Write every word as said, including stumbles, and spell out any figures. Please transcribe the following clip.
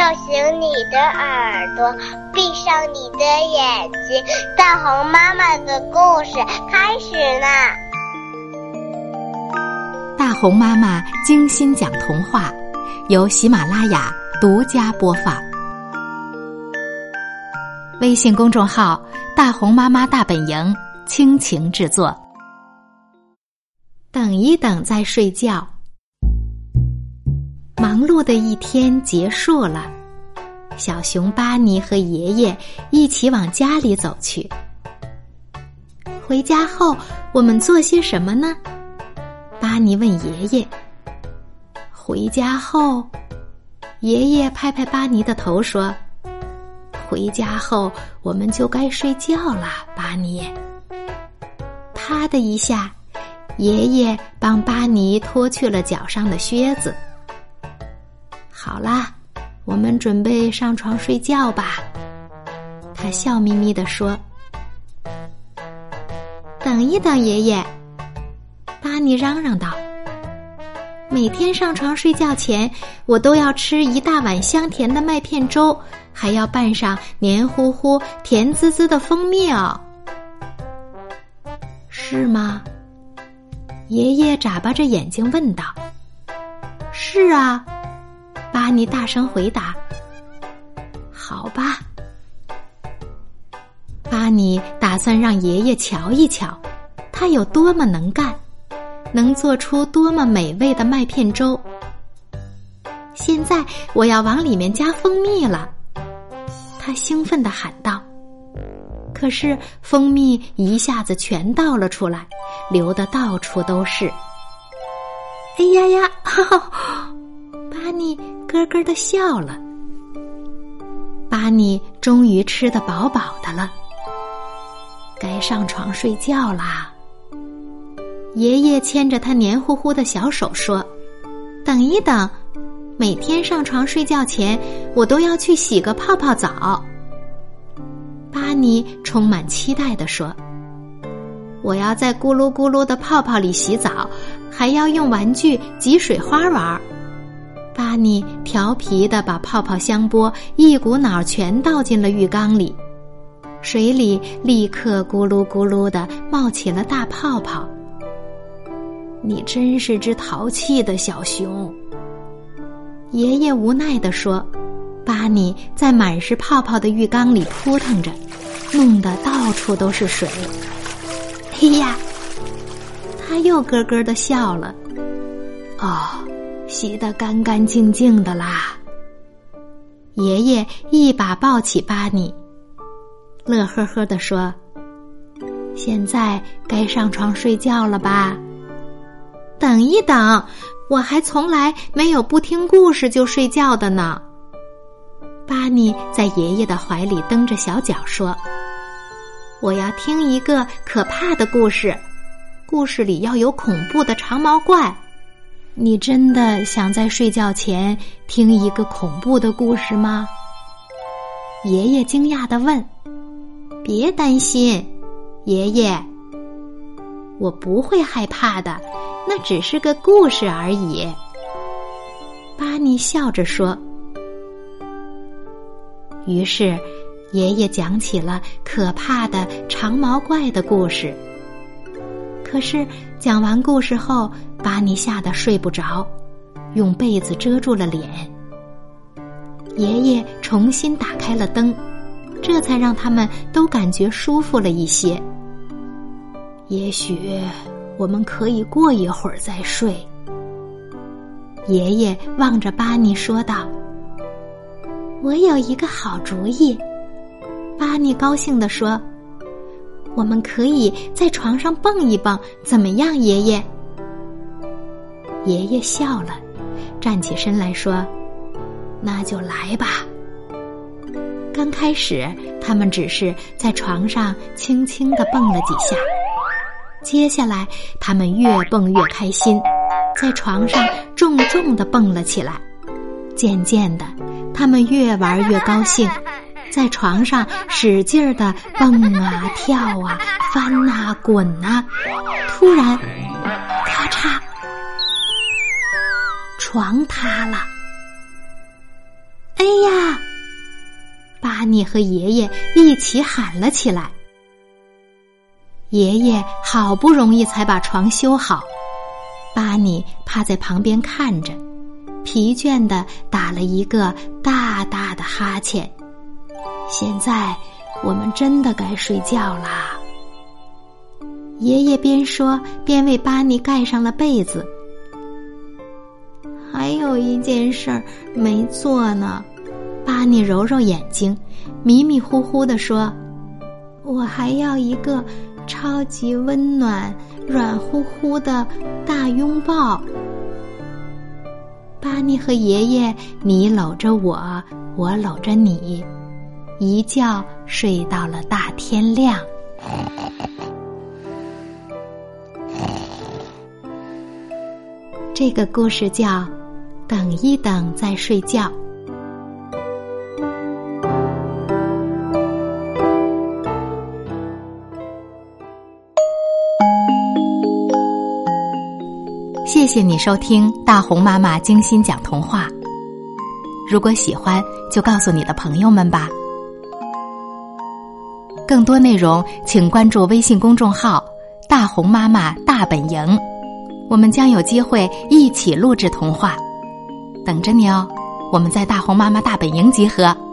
叫醒你的耳朵，闭上你的眼睛，大红妈妈的故事开始啦！ 大红妈妈精心讲童话，由喜马拉雅独家播放。微信公众号大红妈妈大本营倾情制作。等一等再睡觉。忙碌的一天结束了，小熊巴尼和爷爷一起往家里走去。回家后我们做些什么呢？巴尼问爷爷。回家后，爷爷拍拍巴尼的头说，回家后我们就该睡觉了，巴尼。啪的一下，爷爷帮巴尼脱去了脚上的靴子。好啦，我们准备上床睡觉吧，他笑眯眯地说。等一等，爷爷，巴尼嚷嚷道。每天上床睡觉前，我都要吃一大碗香甜的麦片粥，还要拌上黏糊糊、甜滋滋的蜂蜜哦。是吗？爷爷眨巴着眼睛问道。是啊，巴尼大声回答。好吧。巴尼打算让爷爷瞧一瞧，他有多么能干，能做出多么美味的麦片粥。现在我要往里面加蜂蜜了，他兴奋地喊道。可是蜂蜜一下子全倒了出来，流得到处都是。哎呀呀，哈哈，巴尼咯咯地笑了。巴尼终于吃得饱饱的了，该上床睡觉啦。爷爷牵着他黏糊糊的小手说，等一等，每天上床睡觉前我都要去洗个泡泡澡。巴尼充满期待地说，我要在咕噜咕噜的泡泡里洗澡，还要用玩具挤水花玩。巴尼调皮地把泡泡香波一股脑全倒进了浴缸里，水里立刻咕噜咕噜地冒起了大泡泡。你真是只淘气的小熊，爷爷无奈地说。巴尼在满是泡泡的浴缸里扑腾着，弄得到处都是水。嘿呀，他又咯咯地笑了。哦，洗得干干净净的啦。爷爷一把抱起巴尼，乐呵呵地说，现在该上床睡觉了吧？等一等，我还从来没有不听故事就睡觉的呢。巴尼在爷爷的怀里蹬着小脚说，我要听一个可怕的故事，故事里要有恐怖的长毛怪。你真的想在睡觉前听一个恐怖的故事吗？爷爷惊讶地问。别担心，爷爷，我不会害怕的，那只是个故事而已。巴尼笑着说。于是爷爷讲起了可怕的长毛怪的故事。可是讲完故事后，巴尼吓得睡不着，用被子遮住了脸。爷爷重新打开了灯，这才让他们都感觉舒服了一些。也许我们可以过一会儿再睡。爷爷望着巴尼说道。我有一个好主意，巴尼高兴地说，我们可以在床上蹦一蹦，怎么样，爷爷？爷爷笑了，站起身来说，那就来吧。刚开始他们只是在床上轻轻地蹦了几下，接下来他们越蹦越开心，在床上重重地蹦了起来。渐渐的，他们越玩越高兴，在床上使劲地蹦啊跳啊翻啊滚啊。突然咔嚓，床塌了。哎哎呀！巴尼和爷爷一起喊了起来。爷爷好不容易才把床修好，巴尼趴在旁边看着，疲倦地打了一个大大的哈欠。现在我们真的该睡觉啦。爷爷边说边为巴尼盖上了被子。还有一件事儿没做呢，巴尼揉揉眼睛，迷迷糊糊地说：“我还要一个超级温暖、软乎乎的大拥抱。”巴尼和爷爷，你搂着我，我搂着你，一觉睡到了大天亮。这个故事叫《等一等再睡觉》。谢谢你收听大红妈妈精心讲童话。如果喜欢，就告诉你的朋友们吧。更多内容请关注微信公众号“大红妈妈大本营”，我们将有机会一起录制童话，等着你哦。我们在大红妈妈大本营集合。